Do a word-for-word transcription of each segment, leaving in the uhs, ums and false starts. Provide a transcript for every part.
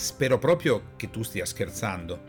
Spero proprio che tu stia scherzando.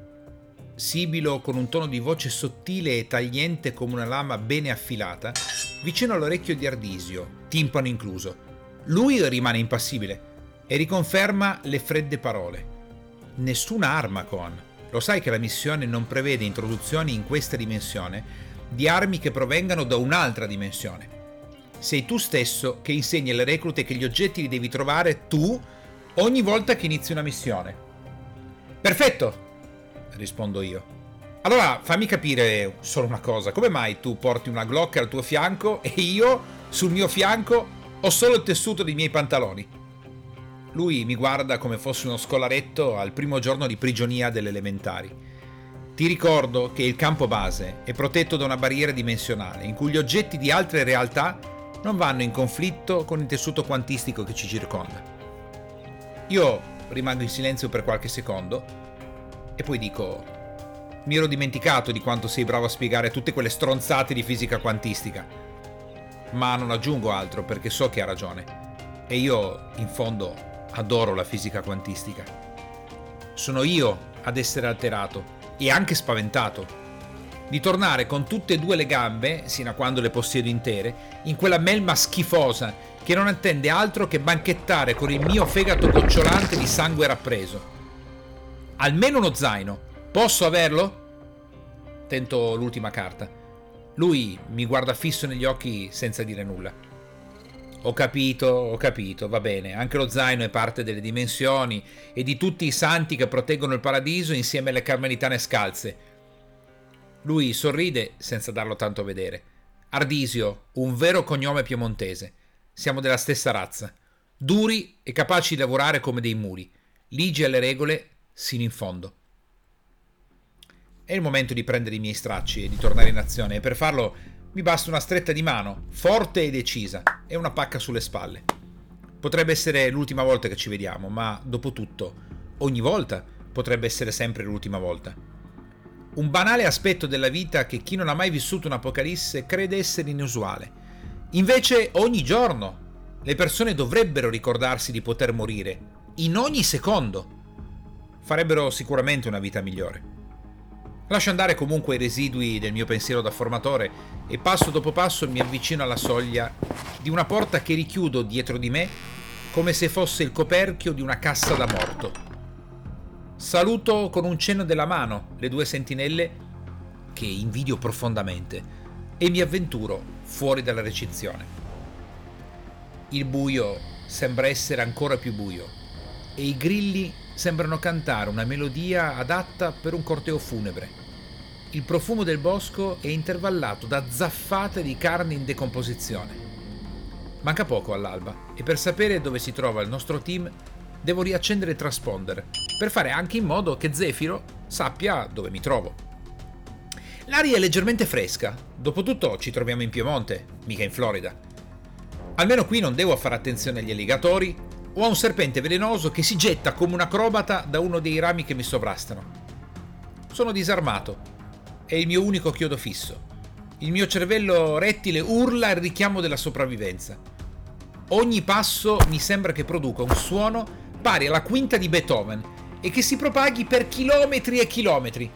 Sibilo con un tono di voce sottile e tagliente come una lama bene affilata, vicino all'orecchio di Ardisio, timpano incluso. Lui rimane impassibile e riconferma le fredde parole. Nessuna arma, Coan. Lo sai che la missione non prevede introduzioni in questa dimensione di armi che provengano da un'altra dimensione. Sei tu stesso che insegni alle reclute che gli oggetti li devi trovare tu ogni volta che inizi una missione. Perfetto, rispondo io. Allora fammi capire solo una cosa: come mai tu porti una Glock al tuo fianco e io, sul mio fianco, ho solo il tessuto dei miei pantaloni? Lui mi guarda come fossi uno scolaretto al primo giorno di prigionia delle elementari. Ti ricordo che il campo base è protetto da una barriera dimensionale in cui gli oggetti di altre realtà non vanno in conflitto con il tessuto quantistico che ci circonda. Io rimango in silenzio per qualche secondo e poi dico: mi ero dimenticato di quanto sei bravo a spiegare tutte quelle stronzate di fisica quantistica. Ma non aggiungo altro perché so che ha ragione. E io, in fondo, adoro la fisica quantistica. Sono io ad essere alterato e anche spaventato di tornare con tutte e due le gambe, sino a quando le possiedo intere, in quella melma schifosa che non attende altro che banchettare con il mio fegato gocciolante di sangue rappreso. Almeno uno zaino. Posso averlo? Tento l'ultima carta. Lui mi guarda fisso negli occhi senza dire nulla. Ho capito, ho capito, va bene. Anche lo zaino è parte delle dimensioni e di tutti i santi che proteggono il paradiso insieme alle carmelitane scalze. Lui sorride senza darlo tanto a vedere. Ardisio, un vero cognome piemontese. Siamo della stessa razza. Duri e capaci di lavorare come dei muli. Ligi alle regole sino in fondo. È il momento di prendere i miei stracci e di tornare in azione, e per farlo mi basta una stretta di mano, forte e decisa, e una pacca sulle spalle. Potrebbe essere l'ultima volta che ci vediamo, ma dopo tutto, ogni volta potrebbe essere sempre l'ultima volta. Un banale aspetto della vita che chi non ha mai vissuto un'apocalisse crede essere inusuale. Invece ogni giorno le persone dovrebbero ricordarsi di poter morire, in ogni secondo. Farebbero sicuramente una vita migliore. Lascio andare comunque i residui del mio pensiero da formatore e passo dopo passo mi avvicino alla soglia di una porta che richiudo dietro di me come se fosse il coperchio di una cassa da morto. Saluto con un cenno della mano le due sentinelle, che invidio profondamente, e mi avventuro fuori dalla recinzione. Il buio sembra essere ancora più buio e i grilli sembrano cantare una melodia adatta per un corteo funebre. Il profumo del bosco è intervallato da zaffate di carne in decomposizione. Manca poco all'alba e per sapere dove si trova il nostro team devo riaccendere il transponder per fare anche in modo che Zefiro sappia dove mi trovo. L'aria è leggermente fresca, dopotutto ci troviamo in Piemonte, mica in Florida. Almeno qui non devo fare attenzione agli alligatori o a un serpente velenoso che si getta come un acrobata da uno dei rami che mi sovrastano. Sono disarmato. È il mio unico chiodo fisso. Il mio cervello rettile urla il richiamo della sopravvivenza. Ogni passo mi sembra che produca un suono pari alla quinta di Beethoven e che si propaghi per chilometri e chilometri.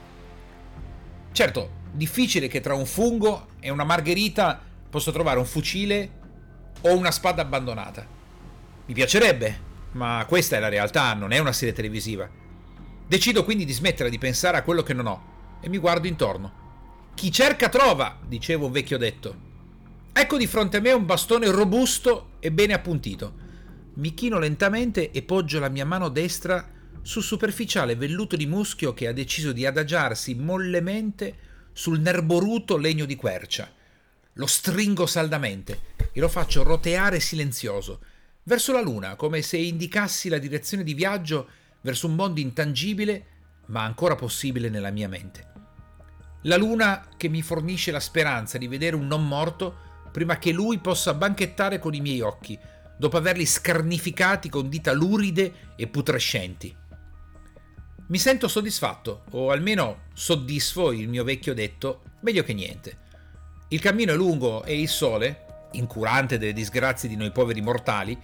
Certo, difficile che tra un fungo e una margherita possa trovare un fucile o una spada abbandonata. Mi piacerebbe, ma questa è la realtà, non è una serie televisiva. Decido quindi di smettere di pensare a quello che non ho e mi guardo intorno. Chi cerca trova, diceva un vecchio detto. Ecco di fronte a me un bastone robusto e bene appuntito. Mi chino lentamente e poggio la mia mano destra sul superficiale velluto di muschio che ha deciso di adagiarsi mollemente sul nerboruto legno di quercia. Lo stringo saldamente e lo faccio roteare silenzioso verso la luna, come se indicassi la direzione di viaggio verso un mondo intangibile ma ancora possibile nella mia mente. La luna che mi fornisce la speranza di vedere un non morto prima che lui possa banchettare con i miei occhi, dopo averli scarnificati con dita luride e putrescenti. Mi sento soddisfatto, o almeno soddisfo il mio vecchio detto, meglio che niente. Il cammino è lungo e il sole, incurante delle disgrazie di noi poveri mortali,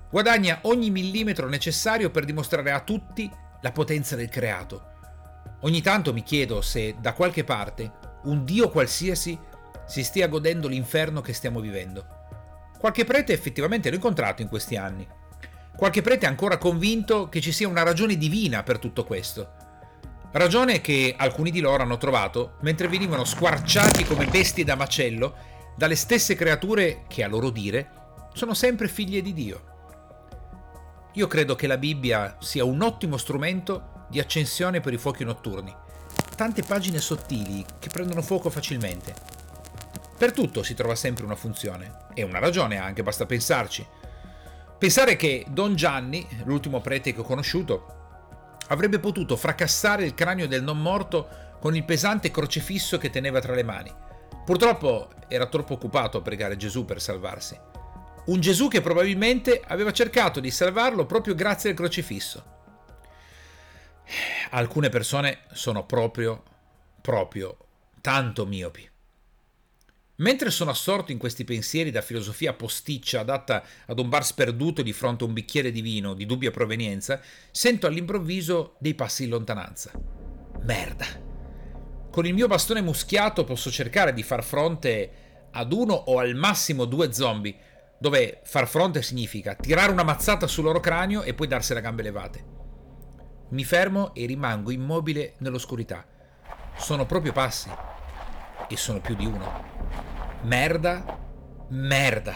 Guadagna ogni millimetro necessario per dimostrare a tutti la potenza del creato. Ogni tanto mi chiedo se da qualche parte un dio qualsiasi si stia godendo l'inferno che stiamo vivendo. Qualche prete effettivamente l'ho incontrato in questi anni. Qualche prete è ancora convinto che ci sia una ragione divina per tutto questo. Ragione che alcuni di loro hanno trovato mentre venivano squarciati come bestie da macello dalle stesse creature che, a loro dire, sono sempre figlie di Dio. Io credo che la Bibbia sia un ottimo strumento di accensione per i fuochi notturni. Tante pagine sottili che prendono fuoco facilmente. Per tutto si trova sempre una funzione, e una ragione anche, basta pensarci. Pensare che Don Gianni, l'ultimo prete che ho conosciuto, avrebbe potuto fracassare il cranio del non morto con il pesante crocefisso che teneva tra le mani. Purtroppo era troppo occupato a pregare Gesù per salvarsi. Un Gesù che probabilmente aveva cercato di salvarlo proprio grazie al crocifisso. Alcune persone sono proprio, proprio tanto miopi. Mentre sono assorto in questi pensieri da filosofia posticcia adatta ad un bar sperduto di fronte a un bicchiere di vino di dubbia provenienza, sento all'improvviso dei passi in lontananza. Merda! Con il mio bastone muschiato posso cercare di far fronte ad uno o al massimo due zombie, dove far fronte significa tirare una mazzata sul loro cranio e poi darsi le gambe levate. Mi fermo e rimango immobile nell'oscurità. Sono proprio passi. E sono più di uno. Merda, merda.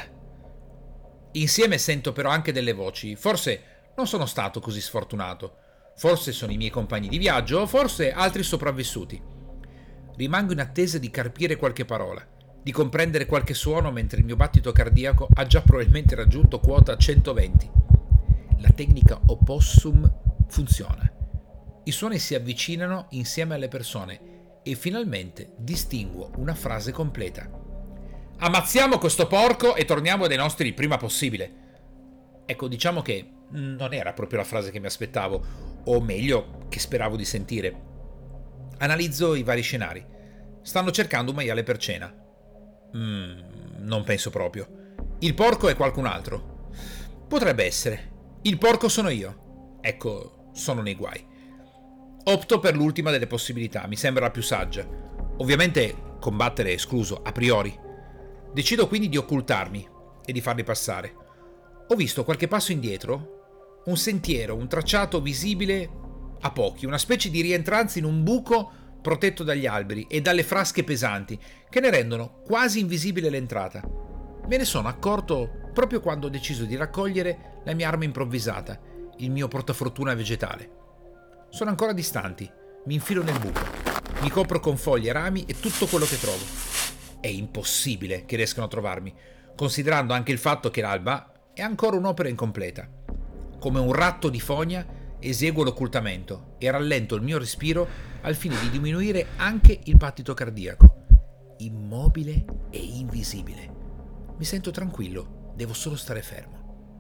Insieme sento però anche delle voci. Forse non sono stato così sfortunato. Forse sono i miei compagni di viaggio, o forse altri sopravvissuti. Rimango in attesa di carpire qualche parola, di comprendere qualche suono mentre il mio battito cardiaco ha già probabilmente raggiunto quota centoventi. La tecnica opossum funziona. I suoni si avvicinano insieme alle persone e finalmente distinguo una frase completa. Ammazziamo questo porco e torniamo dai nostri il prima possibile. Ecco, diciamo che non era proprio la frase che mi aspettavo, o meglio, che speravo di sentire. Analizzo i vari scenari. Stanno cercando un maiale per cena. Mm, non penso proprio. Il porco è qualcun altro. Potrebbe essere. Il porco sono io. Ecco, sono nei guai. Opto per l'ultima delle possibilità, mi sembra la più saggia. Ovviamente combattere è escluso, a priori. Decido quindi di occultarmi e di farli passare. Ho visto qualche passo indietro, un sentiero, un tracciato visibile a pochi, una specie di rientranza in un buco protetto dagli alberi e dalle frasche pesanti che ne rendono quasi invisibile l'entrata. Me ne sono accorto proprio quando ho deciso di raccogliere la mia arma improvvisata, il mio portafortuna vegetale. Sono ancora distanti, mi infilo nel buco, mi copro con foglie, rami e tutto quello che trovo. È impossibile che riescano a trovarmi, considerando anche il fatto che l'alba è ancora un'opera incompleta. Come un ratto di fogna eseguo l'occultamento e rallento il mio respiro al fine di diminuire anche il battito cardiaco. Immobile e invisibile. Mi sento tranquillo, devo solo stare fermo.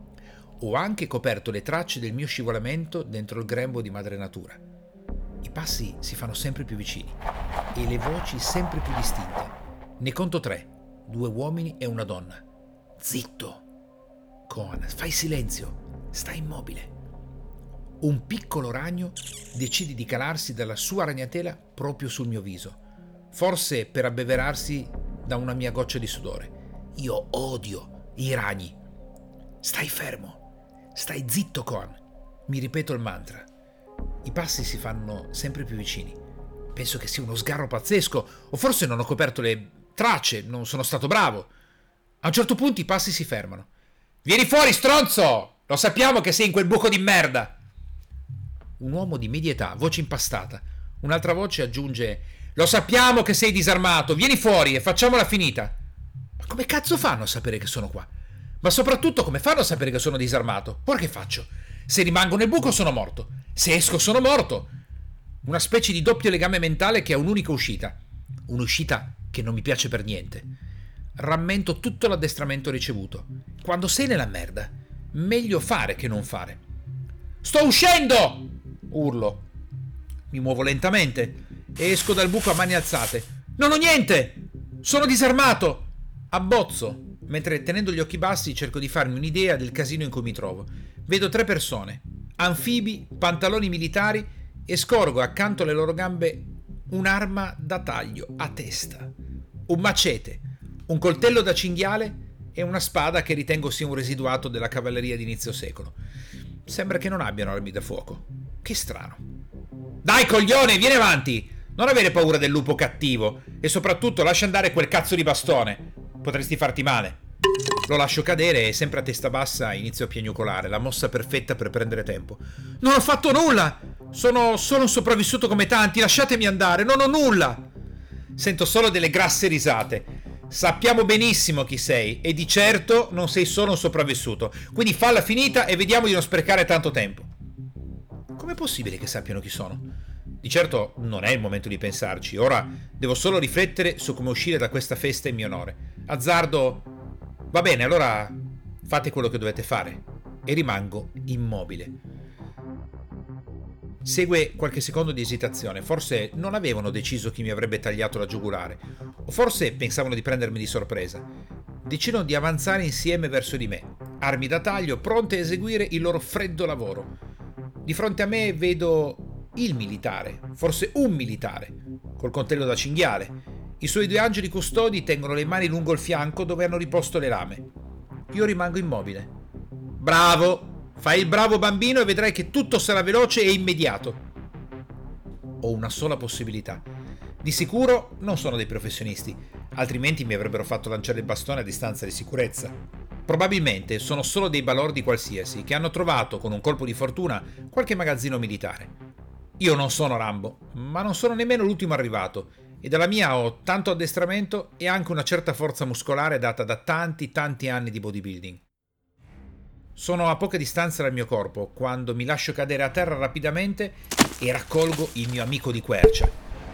Ho anche coperto le tracce del mio scivolamento dentro il grembo di madre natura. I passi si fanno sempre più vicini e le voci sempre più distinte. Ne conto tre, due uomini e una donna. Zitto! Conan, fai silenzio, stai immobile. Un piccolo ragno decide di calarsi dalla sua ragnatela proprio sul mio viso, forse per abbeverarsi da una mia goccia di sudore. Io odio i ragni. Stai fermo. Stai zitto, Conan. Mi ripeto il mantra. I passi si fanno sempre più vicini. Penso che sia uno sgarro pazzesco, o forse non ho coperto le tracce, non sono stato bravo. A un certo punto i passi si fermano. Vieni fuori, stronzo! Lo sappiamo che sei in quel buco di merda! Un uomo di media età, voce impastata. Un'altra voce aggiunge: lo sappiamo che sei disarmato, vieni fuori e facciamola finita. Ma come cazzo fanno a sapere che sono qua? Ma soprattutto come fanno a sapere che sono disarmato? Ora che faccio? Se rimango nel buco sono morto. Se esco sono morto. Una specie di doppio legame mentale che ha un'unica uscita. Un'uscita che non mi piace per niente. Rammento tutto l'addestramento ricevuto. Quando sei nella merda, meglio fare che non fare. Sto uscendo! Urlo. Mi muovo lentamente e esco dal buco a mani alzate. Non ho niente! Sono disarmato! Abbozzo. Mentre tenendo gli occhi bassi cerco di farmi un'idea del casino in cui mi trovo. Vedo tre persone, anfibi, pantaloni militari e scorgo accanto alle loro gambe un'arma da taglio a testa, un macete, un coltello da cinghiale e una spada che ritengo sia un residuato della cavalleria di inizio secolo. Sembra che non abbiano armi da fuoco. Che strano. Dai coglione, vieni avanti! Non avere paura del lupo cattivo e soprattutto lascia andare quel cazzo di bastone. Potresti farti male. Lo lascio cadere e sempre a testa bassa inizio a piagnucolare, la mossa perfetta per prendere tempo. Non ho fatto nulla! Sono solo un sopravvissuto come tanti, lasciatemi andare, non ho nulla! Sento solo delle grasse risate. Sappiamo benissimo chi sei e di certo non sei solo un sopravvissuto, quindi falla finita e vediamo di non sprecare tanto tempo. Com'è possibile che sappiano chi sono? Di certo non è il momento di pensarci, ora devo solo riflettere su come uscire da questa festa in mio onore. Azzardo: va bene, allora fate quello che dovete fare, e rimango immobile. Segue qualche secondo di esitazione, forse non avevano deciso chi mi avrebbe tagliato la giugulare, o forse pensavano di prendermi di sorpresa. Decidono di avanzare insieme verso di me, armi da taglio pronte a eseguire il loro freddo lavoro. Di fronte a me vedo il militare, forse un militare, col coltello da cinghiale. I suoi due angeli custodi tengono le mani lungo il fianco dove hanno riposto le lame. Io rimango immobile. Bravo! Fai il bravo bambino e vedrai che tutto sarà veloce e immediato. Ho una sola possibilità. Di sicuro non sono dei professionisti, altrimenti mi avrebbero fatto lanciare il bastone a distanza di sicurezza. Probabilmente sono solo dei balordi qualsiasi che hanno trovato con un colpo di fortuna qualche magazzino militare. Io non sono Rambo, ma non sono nemmeno l'ultimo arrivato, e dalla mia ho tanto addestramento e anche una certa forza muscolare data da tanti tanti anni di bodybuilding. Sono a poca distanza dal mio corpo quando mi lascio cadere a terra rapidamente e raccolgo il mio amico di quercia.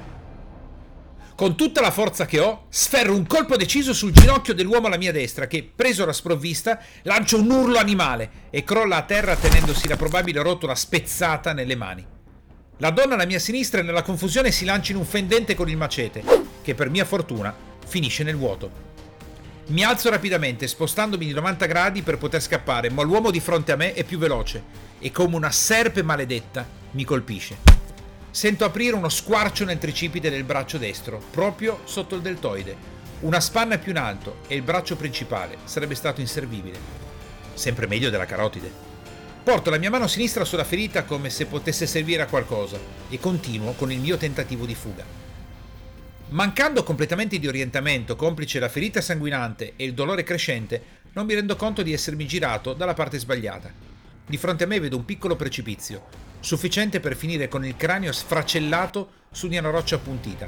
Con tutta la forza che ho, sferro un colpo deciso sul ginocchio dell'uomo alla mia destra che, preso alla sprovvista, lancia un urlo animale e crolla a terra tenendosi la probabile rotola spezzata nelle mani. La donna alla mia sinistra nella confusione si lancia in un fendente con il macete, che per mia fortuna finisce nel vuoto. Mi alzo rapidamente, spostandomi di novanta gradi per poter scappare, ma l'uomo di fronte a me è più veloce e come una serpe maledetta mi colpisce. Sento aprire uno squarcio nel tricipite del braccio destro, proprio sotto il deltoide. Una spanna più in alto e il braccio principale sarebbe stato inservibile. Sempre meglio della carotide. Porto la mia mano sinistra sulla ferita come se potesse servire a qualcosa e continuo con il mio tentativo di fuga. Mancando completamente di orientamento, complice la ferita sanguinante e il dolore crescente, non mi rendo conto di essermi girato dalla parte sbagliata. Di fronte a me vedo un piccolo precipizio, sufficiente per finire con il cranio sfracellato su di una roccia appuntita.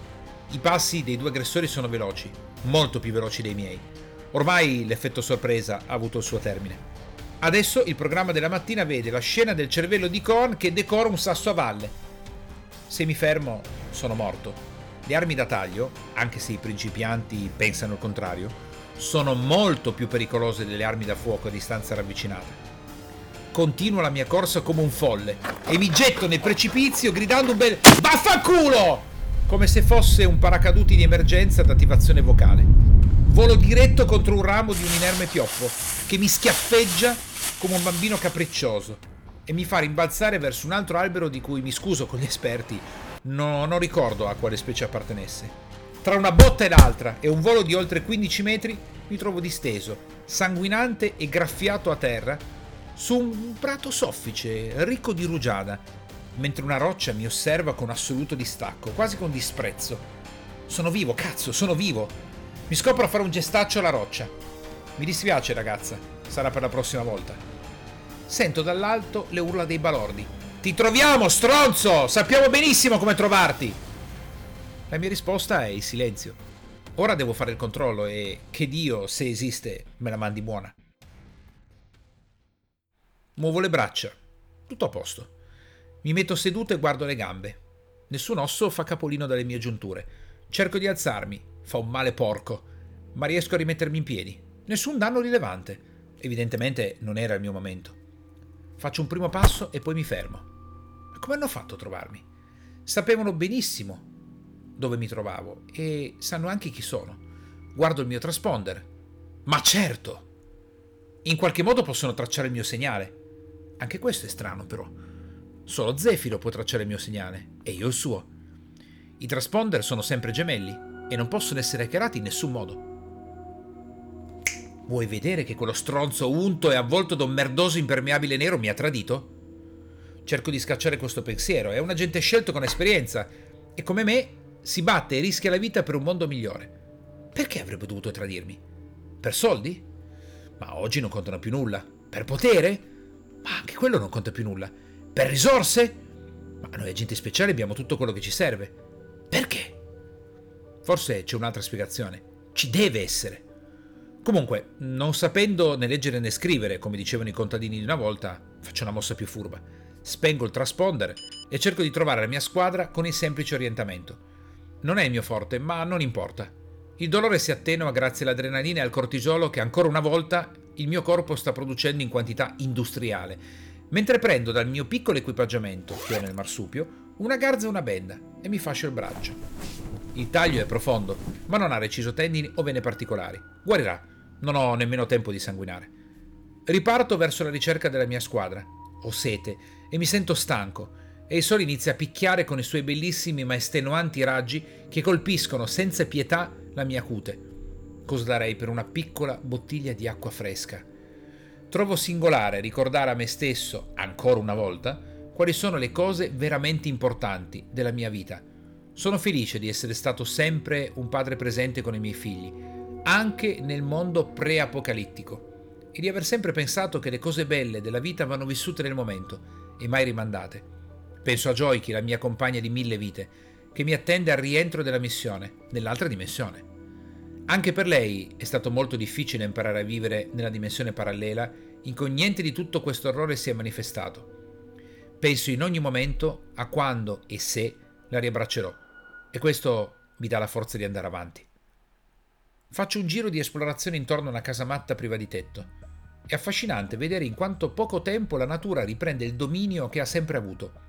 I passi dei due aggressori sono veloci, molto più veloci dei miei. Ormai l'effetto sorpresa ha avuto il suo termine. Adesso il programma della mattina vede la scena del cervello di Korn che decora un sasso a valle. Se mi fermo, sono morto. Le armi da taglio, anche se i principianti pensano il contrario, sono molto più pericolose delle armi da fuoco a distanza ravvicinata. Continuo la mia corsa come un folle e mi getto nel precipizio gridando un bel vaffanculo! Come se fosse un paracaduti di emergenza ad attivazione vocale. Volo diretto contro un ramo di un inerme pioppo che mi schiaffeggia come un bambino capriccioso e mi fa rimbalzare verso un altro albero di cui mi scuso con gli esperti. No, non ricordo a quale specie appartenesse. Tra una botta e l'altra e un volo di oltre quindici metri mi trovo disteso, sanguinante e graffiato a terra su un prato soffice, ricco di rugiada, mentre una roccia mi osserva con assoluto distacco, quasi con disprezzo. Sono vivo, cazzo, sono vivo! Mi scopro a fare un gestaccio alla roccia. Mi dispiace, ragazza, sarà per la prossima volta. Sento dall'alto le urla dei balordi. Ti troviamo, stronzo! Sappiamo benissimo come trovarti! La mia risposta è il silenzio. Ora devo fare il controllo e che Dio, se esiste, me la mandi buona. Muovo le braccia. Tutto a posto. Mi metto seduto e guardo le gambe. Nessun osso fa capolino dalle mie giunture. Cerco di alzarmi. Fa un male porco. Ma riesco a rimettermi in piedi. Nessun danno rilevante. Evidentemente non era il mio momento. Faccio un primo passo e poi mi fermo. Ma come hanno fatto a trovarmi? Sapevano benissimo dove mi trovavo e sanno anche chi sono. Guardo il mio transponder, Ma certo! In qualche modo possono tracciare il mio segnale. Anche questo è strano, però. Solo Zefiro può tracciare il mio segnale, e io il suo. I transponder sono sempre gemelli, e non possono essere hackerati in nessun modo. Vuoi vedere che quello stronzo unto e avvolto da un merdoso impermeabile nero mi ha tradito? Cerco di scacciare questo pensiero. È un agente scelto con esperienza, e come me si batte e rischia la vita per un mondo migliore. Perché avrebbe dovuto tradirmi? Per soldi? Ma oggi non contano più nulla. Per potere? Ma anche quello non conta più nulla. Per risorse? Ma noi agenti speciali abbiamo tutto quello che ci serve. Perché? Forse c'è un'altra spiegazione. Ci deve essere. Comunque, non sapendo né leggere né scrivere, come dicevano i contadini di una volta, faccio una mossa più furba. Spengo il transponder e cerco di trovare la mia squadra con il semplice orientamento. Non è il mio forte, ma non importa. Il dolore si attenua grazie all'adrenalina e al cortisolo che ancora una volta il mio corpo sta producendo in quantità industriale, mentre prendo dal mio piccolo equipaggiamento, che ho nel marsupio, una garza e una benda e mi fascio il braccio. Il taglio è profondo, ma non ha reciso tendini o vene particolari. Guarirà, non ho nemmeno tempo di sanguinare. Riparto verso la ricerca della mia squadra. Ho sete e mi sento stanco, e il sole inizia a picchiare con i suoi bellissimi ma estenuanti raggi che colpiscono senza pietà la mia cute. Cosa darei per una piccola bottiglia di acqua fresca? Trovo singolare ricordare a me stesso, ancora una volta, quali sono le cose veramente importanti della mia vita. Sono felice di essere stato sempre un padre presente con i miei figli, anche nel mondo pre-apocalittico, e di aver sempre pensato che le cose belle della vita vanno vissute nel momento e mai rimandate. Penso a Joyki, la mia compagna di mille vite, che mi attende al rientro della missione, nell'altra dimensione. Anche per lei è stato molto difficile imparare a vivere nella dimensione parallela in cui niente di tutto questo orrore si è manifestato. Penso in ogni momento a quando e se la riabbraccerò, e questo mi dà la forza di andare avanti. Faccio un giro di esplorazione intorno a una casamatta priva di tetto. È affascinante vedere in quanto poco tempo la natura riprende il dominio che ha sempre avuto.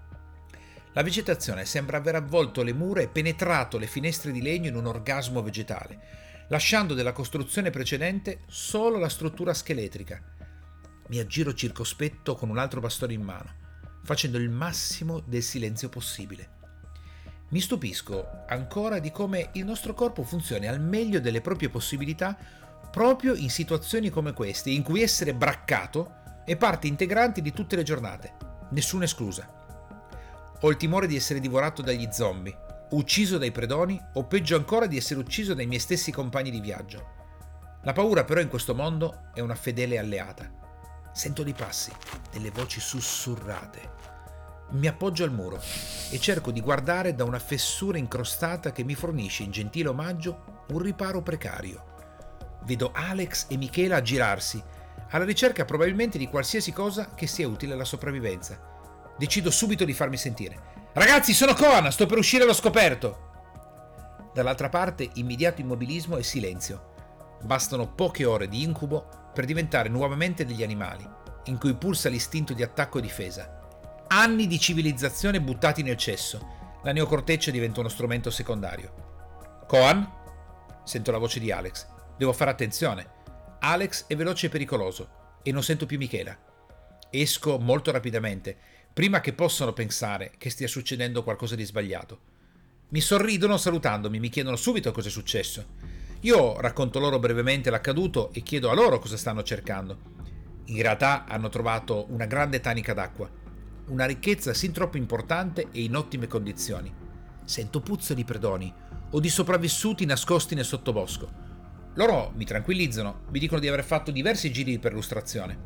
La vegetazione sembra aver avvolto le mura e penetrato le finestre di legno in un orgasmo vegetale, lasciando della costruzione precedente solo la struttura scheletrica. Mi aggiro circospetto con un altro bastone in mano, facendo il massimo del silenzio possibile. Mi stupisco ancora di come il nostro corpo funzioni al meglio delle proprie possibilità proprio in situazioni come queste, in cui essere braccato è parte integrante di tutte le giornate, nessuna esclusa. Ho il timore di essere divorato dagli zombie, ucciso dai predoni o peggio ancora di essere ucciso dai miei stessi compagni di viaggio. La paura però in questo mondo è una fedele alleata. Sento dei passi, delle voci sussurrate. Mi appoggio al muro e cerco di guardare da una fessura incrostata che mi fornisce in gentile omaggio un riparo precario. Vedo Alex e Michela aggirarsi, alla ricerca probabilmente di qualsiasi cosa che sia utile alla sopravvivenza. Decido subito di farmi sentire. Ragazzi, sono Coan, sto per uscire allo scoperto. Dall'altra parte, immediato immobilismo e silenzio. Bastano poche ore di incubo per diventare nuovamente degli animali, in cui pulsa l'istinto di attacco e difesa. Anni di civilizzazione buttati nel cesso. La neocorteccia diventa uno strumento secondario. Coan? Sento la voce di Alex. Devo fare attenzione. Alex è veloce e pericoloso, e non sento più Michela. Esco molto rapidamente, prima che possano pensare che stia succedendo qualcosa di sbagliato. Mi sorridono salutandomi, mi chiedono subito cosa è successo. Io racconto loro brevemente l'accaduto e chiedo a loro cosa stanno cercando. In realtà hanno trovato una grande tanica d'acqua, una ricchezza sin troppo importante e in ottime condizioni. Sento puzza di predoni o di sopravvissuti nascosti nel sottobosco. Loro mi tranquillizzano, mi dicono di aver fatto diversi giri di perlustrazione.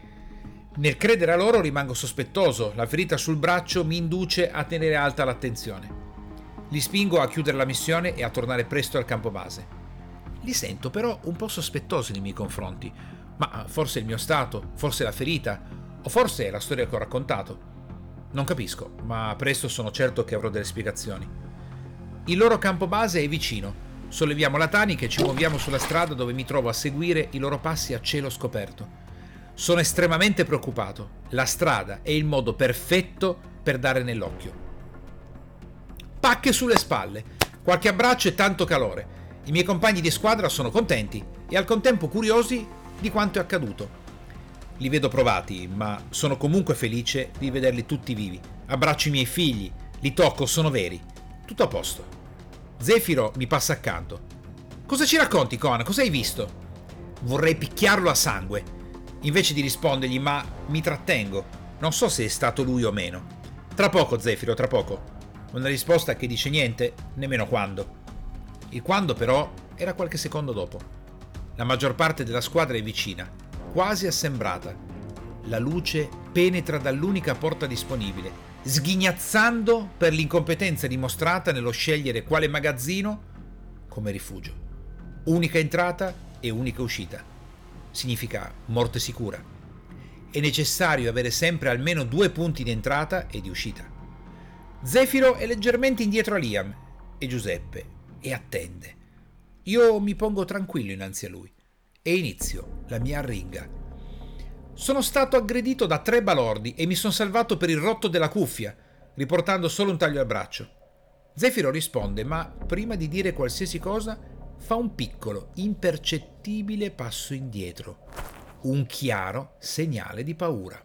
Nel credere a loro rimango sospettoso, la ferita sul braccio mi induce a tenere alta l'attenzione. Li spingo a chiudere la missione e a tornare presto al campo base. Li sento però un po' sospettosi nei miei confronti, ma forse è il mio stato, forse è la ferita, o forse è la storia che ho raccontato. Non capisco, ma presto sono certo che avrò delle spiegazioni. Il loro campo base è vicino. Solleviamo la tanica e ci muoviamo sulla strada dove mi trovo a seguire i loro passi a cielo scoperto. Sono estremamente preoccupato. La strada è il modo perfetto per dare nell'occhio. Pacche sulle spalle, qualche abbraccio e tanto calore. I miei compagni di squadra sono contenti e al contempo curiosi di quanto è accaduto. Li vedo provati, ma sono comunque felice di vederli tutti vivi. Abbraccio i miei figli, li tocco, sono veri. Tutto a posto. Zefiro mi passa accanto. Cosa ci racconti, Conan? Cosa hai visto? Vorrei picchiarlo a sangue. Invece di rispondergli, ma mi trattengo. Non so se è stato lui o meno. Tra poco, Zefiro, tra poco. Una risposta che dice niente, nemmeno quando. Il quando, però, era qualche secondo dopo. La maggior parte della squadra è vicina, quasi assembrata. La luce penetra dall'unica porta disponibile, sghignazzando per l'incompetenza dimostrata nello scegliere quale magazzino come rifugio. Unica entrata e unica uscita. Significa morte sicura. È necessario avere sempre almeno due punti di entrata e di uscita. Zefiro è leggermente indietro a Liam e Giuseppe e attende. Io mi pongo tranquillo innanzi a lui e inizio la mia arringa. Sono stato aggredito da tre balordi e mi sono salvato per il rotto della cuffia, riportando solo un taglio al braccio. Zefiro risponde, ma prima di dire qualsiasi cosa fa un piccolo, impercettibile passo indietro. Un chiaro segnale di paura.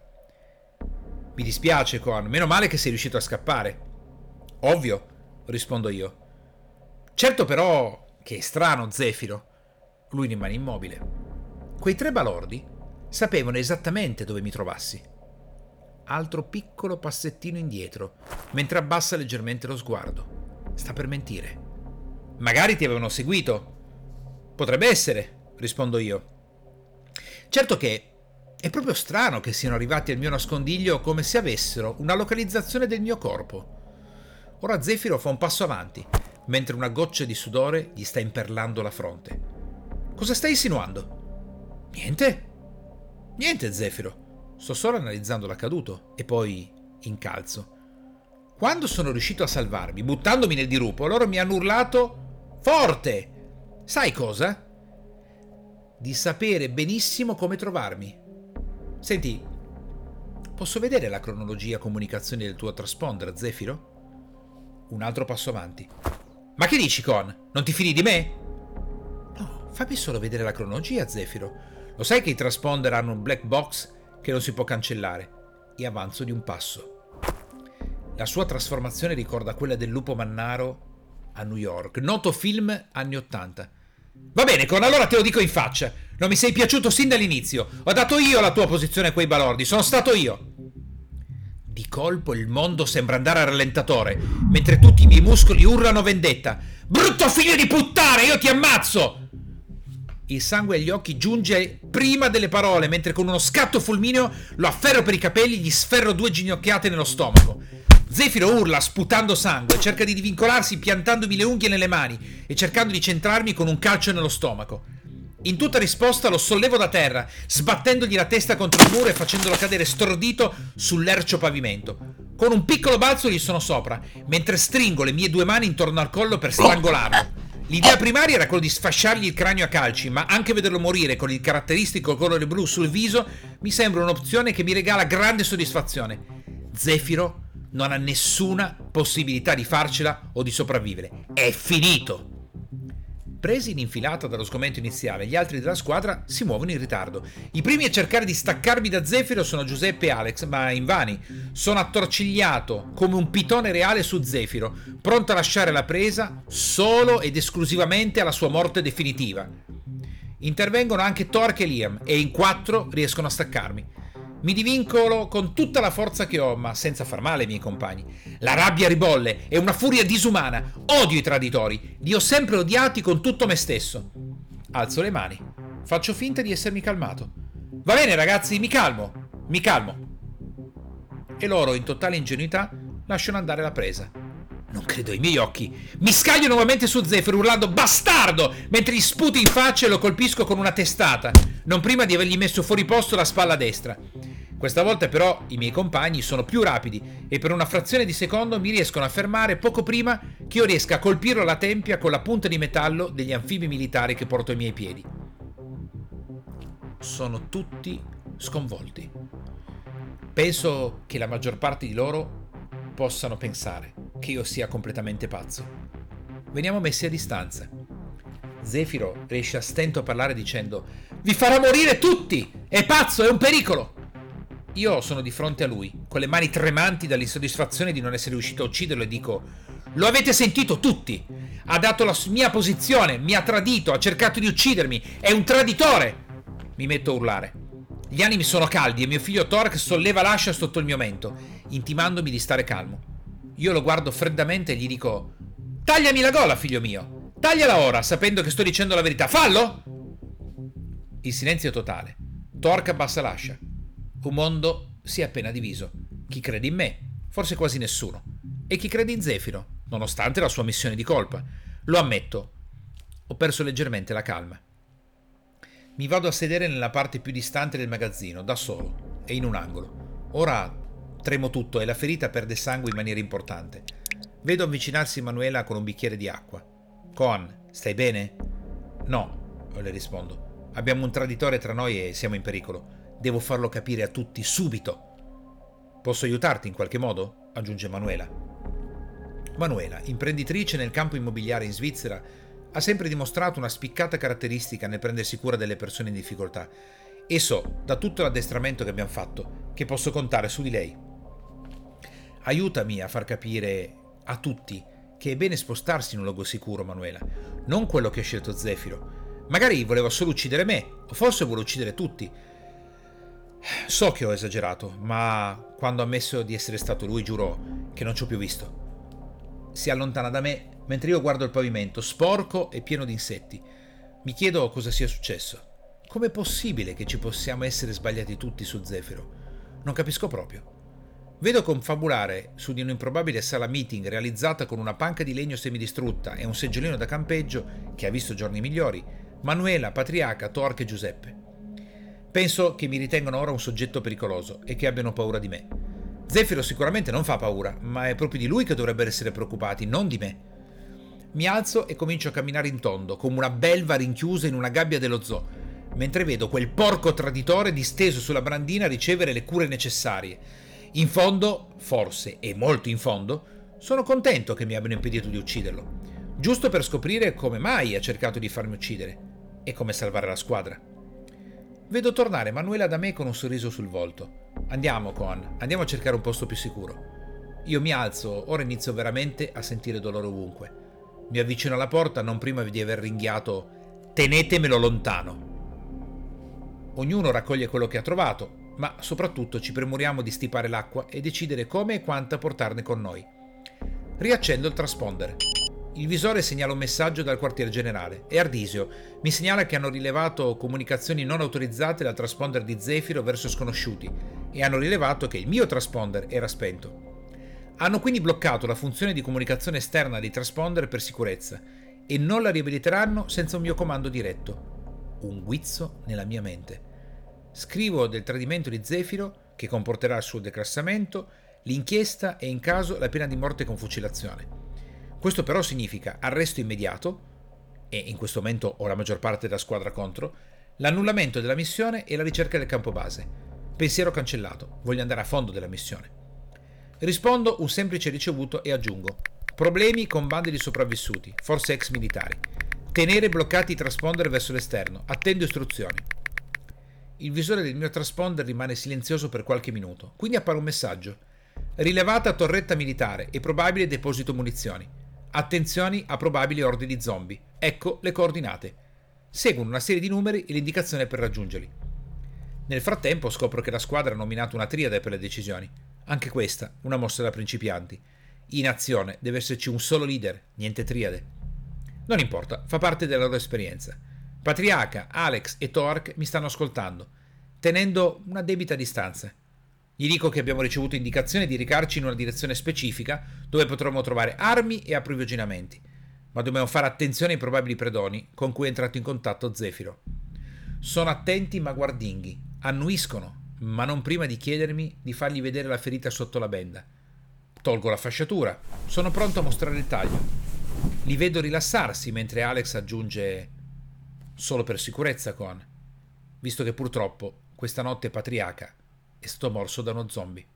Mi dispiace, Conan, meno male che sei riuscito a scappare. Ovvio, rispondo io. Certo però che è strano, Zefiro. Lui rimane immobile. Quei tre balordi sapevano esattamente dove mi trovassi. Altro piccolo passettino indietro, mentre abbassa leggermente lo sguardo. Sta per mentire. Magari ti avevano seguito. Potrebbe essere, rispondo io. Certo che è proprio strano che siano arrivati al mio nascondiglio come se avessero una localizzazione del mio corpo. Ora Zefiro fa un passo avanti, mentre una goccia di sudore gli sta imperlando la fronte. Cosa stai insinuando? Niente. Niente, Zefiro. Sto solo analizzando l'accaduto e poi incalzo. Quando sono riuscito a salvarmi, buttandomi nel dirupo, loro mi hanno urlato forte. Sai cosa? Di sapere benissimo come trovarmi. Senti, posso vedere la cronologia comunicazioni del tuo transponder, Zefiro? Un altro passo avanti. Ma che dici, Con? Non ti fidi di me? No, fammi solo vedere la cronologia, Zefiro. Lo sai che i transponder hanno un black box che non si può cancellare? E avanzo di un passo. La sua trasformazione ricorda quella del lupo mannaro a New York, noto film anni ottanta. Va bene, Con, allora te lo dico in faccia. Non mi sei piaciuto sin dall'inizio. Ho dato io la tua posizione a quei balordi, sono stato io. Di colpo il mondo sembra andare a rallentatore, mentre tutti i miei muscoli urlano vendetta. Brutto figlio di puttana, io ti ammazzo! Il sangue agli occhi giunge prima delle parole, mentre con uno scatto fulmineo lo afferro per i capelli e gli sferro due ginocchiate nello stomaco. Zefiro urla sputando sangue, cerca di divincolarsi piantandomi le unghie nelle mani e cercando di centrarmi con un calcio nello stomaco. In tutta risposta lo sollevo da terra, sbattendogli la testa contro il muro e facendolo cadere stordito sull'ercio pavimento. Con un piccolo balzo gli sono sopra, mentre stringo le mie due mani intorno al collo per strangolarlo. L'idea primaria era quello di sfasciargli il cranio a calci, ma anche vederlo morire con il caratteristico colore blu sul viso mi sembra un'opzione che mi regala grande soddisfazione. Zefiro non ha nessuna possibilità di farcela o di sopravvivere. È finito! Presi in infilata dallo sgomento iniziale, gli altri della squadra si muovono in ritardo. I primi a cercare di staccarmi da Zefiro sono Giuseppe e Alex, ma invani. Sono attorcigliato come un pitone reale su Zefiro, pronto a lasciare la presa solo ed esclusivamente alla sua morte definitiva. Intervengono anche Torque e Liam e in quattro riescono a staccarmi. Mi divincolo con tutta la forza che ho, ma senza far male ai miei compagni. La rabbia ribolle, è una furia disumana. Odio i traditori, li ho sempre odiati con tutto me stesso. Alzo le mani, faccio finta di essermi calmato. Va bene ragazzi, mi calmo, mi calmo. E loro, in totale ingenuità, lasciano andare la presa. Non credo ai miei occhi. Mi scaglio nuovamente su Zefiro urlando bastardo, mentre gli sputo in faccia e lo colpisco con una testata, non prima di avergli messo fuori posto la spalla destra. Questa volta però i miei compagni sono più rapidi e per una frazione di secondo mi riescono a fermare poco prima che io riesca a colpirlo alla tempia con la punta di metallo degli anfibi militari che porto ai miei piedi. Sono tutti sconvolti. Penso che la maggior parte di loro possano pensare che io sia completamente pazzo. Veniamo messi a distanza. Zefiro riesce a stento a parlare dicendo: vi farà morire tutti! È pazzo, è un pericolo! Io sono di fronte a lui, con le mani tremanti dall'insoddisfazione di non essere riuscito a ucciderlo e dico: lo avete sentito tutti! Ha dato la mia posizione, mi ha tradito, ha cercato di uccidermi, è un traditore! Mi metto a urlare. Gli animi sono caldi e mio figlio Torque solleva l'ascia sotto il mio mento, intimandomi di stare calmo. Io lo guardo freddamente e gli dico: tagliami la gola, figlio mio! Tagliala ora, sapendo che sto dicendo la verità. Fallo! Il silenzio totale. Torque abbassa l'ascia. Un mondo si è appena diviso. Chi crede in me? Forse quasi nessuno. E chi crede in Zefiro? Nonostante la sua missione di colpa. Lo ammetto. Ho perso leggermente la calma. Mi vado a sedere nella parte più distante del magazzino, da solo, e in un angolo. Ora tremo tutto e la ferita perde sangue in maniera importante. Vedo avvicinarsi Manuela con un bicchiere di acqua. Coan, stai bene? No, le rispondo. Abbiamo un traditore tra noi e siamo in pericolo. Devo farlo capire a tutti subito. Posso aiutarti in qualche modo? Aggiunge Manuela. Manuela, imprenditrice nel campo immobiliare in Svizzera, ha sempre dimostrato una spiccata caratteristica nel prendersi cura delle persone in difficoltà e so, da tutto l'addestramento che abbiamo fatto, che posso contare su di lei. Aiutami a far capire a tutti che è bene spostarsi in un luogo sicuro, Manuela, non quello che ha scelto Zefiro. Magari voleva solo uccidere me, o forse vuole uccidere tutti. So che ho esagerato, ma quando ha ammesso di essere stato lui, giuro che non ci ho più visto. Si allontana da me mentre io guardo il pavimento, sporco e pieno di insetti. Mi chiedo cosa sia successo. Com'è possibile che ci possiamo essere sbagliati tutti su Zefiro? Non capisco proprio. Vedo confabulare su di un'improbabile sala meeting realizzata con una panca di legno semidistrutta e un seggiolino da campeggio che ha visto giorni migliori, Manuela, Patriarca, Torque e Giuseppe. Penso che mi ritengano ora un soggetto pericoloso e che abbiano paura di me. Zefiro sicuramente non fa paura, ma è proprio di lui che dovrebbero essere preoccupati, non di me. Mi alzo e comincio a camminare in tondo, come una belva rinchiusa in una gabbia dello zoo, mentre vedo quel porco traditore disteso sulla brandina a ricevere le cure necessarie. In fondo, forse, e molto in fondo, sono contento che mi abbiano impedito di ucciderlo, giusto per scoprire come mai ha cercato di farmi uccidere e come salvare la squadra. Vedo tornare Manuela da me con un sorriso sul volto. Andiamo, Coan, andiamo a cercare un posto più sicuro. Io mi alzo, ora inizio veramente a sentire dolore ovunque. Mi avvicino alla porta non prima di aver ringhiato: tenetemelo lontano. Ognuno raccoglie quello che ha trovato, ma soprattutto ci premuriamo di stipare l'acqua e decidere come e quanta portarne con noi. Riaccendo il transponder. Il visore segnala un messaggio dal quartier generale e Ardisio mi segnala che hanno rilevato comunicazioni non autorizzate dal transponder di Zefiro verso sconosciuti e hanno rilevato che il mio transponder era spento. Hanno quindi bloccato la funzione di comunicazione esterna dei transponder per sicurezza e non la riabiliteranno senza un mio comando diretto. Un guizzo nella mia mente. Scrivo del tradimento di Zefiro, che comporterà il suo declassamento, l'inchiesta e in caso la pena di morte con fucilazione. Questo però significa arresto immediato, e in questo momento ho la maggior parte della squadra contro, l'annullamento della missione e la ricerca del campo base. Pensiero cancellato, voglio andare a fondo della missione. Rispondo un semplice ricevuto e aggiungo: problemi con bande di sopravvissuti, forse ex militari. Tenere bloccati i transponder verso l'esterno, attendo istruzioni. Il visore del mio transponder rimane silenzioso per qualche minuto, quindi appare un messaggio: rilevata torretta militare e probabile deposito munizioni. Attenzioni a probabili orde di zombie. Ecco le coordinate. Seguono una serie di numeri e l'indicazione per raggiungerli. Nel frattempo scopro che la squadra ha nominato una triade per le decisioni. Anche questa, una mossa da principianti. In azione deve esserci un solo leader, niente triade. Non importa, fa parte della loro esperienza. Patriarca, Alex e Torque mi stanno ascoltando, tenendo una debita distanza. Gli dico che abbiamo ricevuto indicazione di recarci in una direzione specifica dove potremo trovare armi e approvvigionamenti, ma dobbiamo fare attenzione ai probabili predoni con cui è entrato in contatto Zefiro. Sono attenti ma guardinghi, annuiscono, ma non prima di chiedermi di fargli vedere la ferita sotto la benda. Tolgo la fasciatura, sono pronto a mostrare il taglio. Li vedo rilassarsi mentre Alex aggiunge: solo per sicurezza, Coan, visto che purtroppo questa notte Patriarca è stato morso da uno zombie.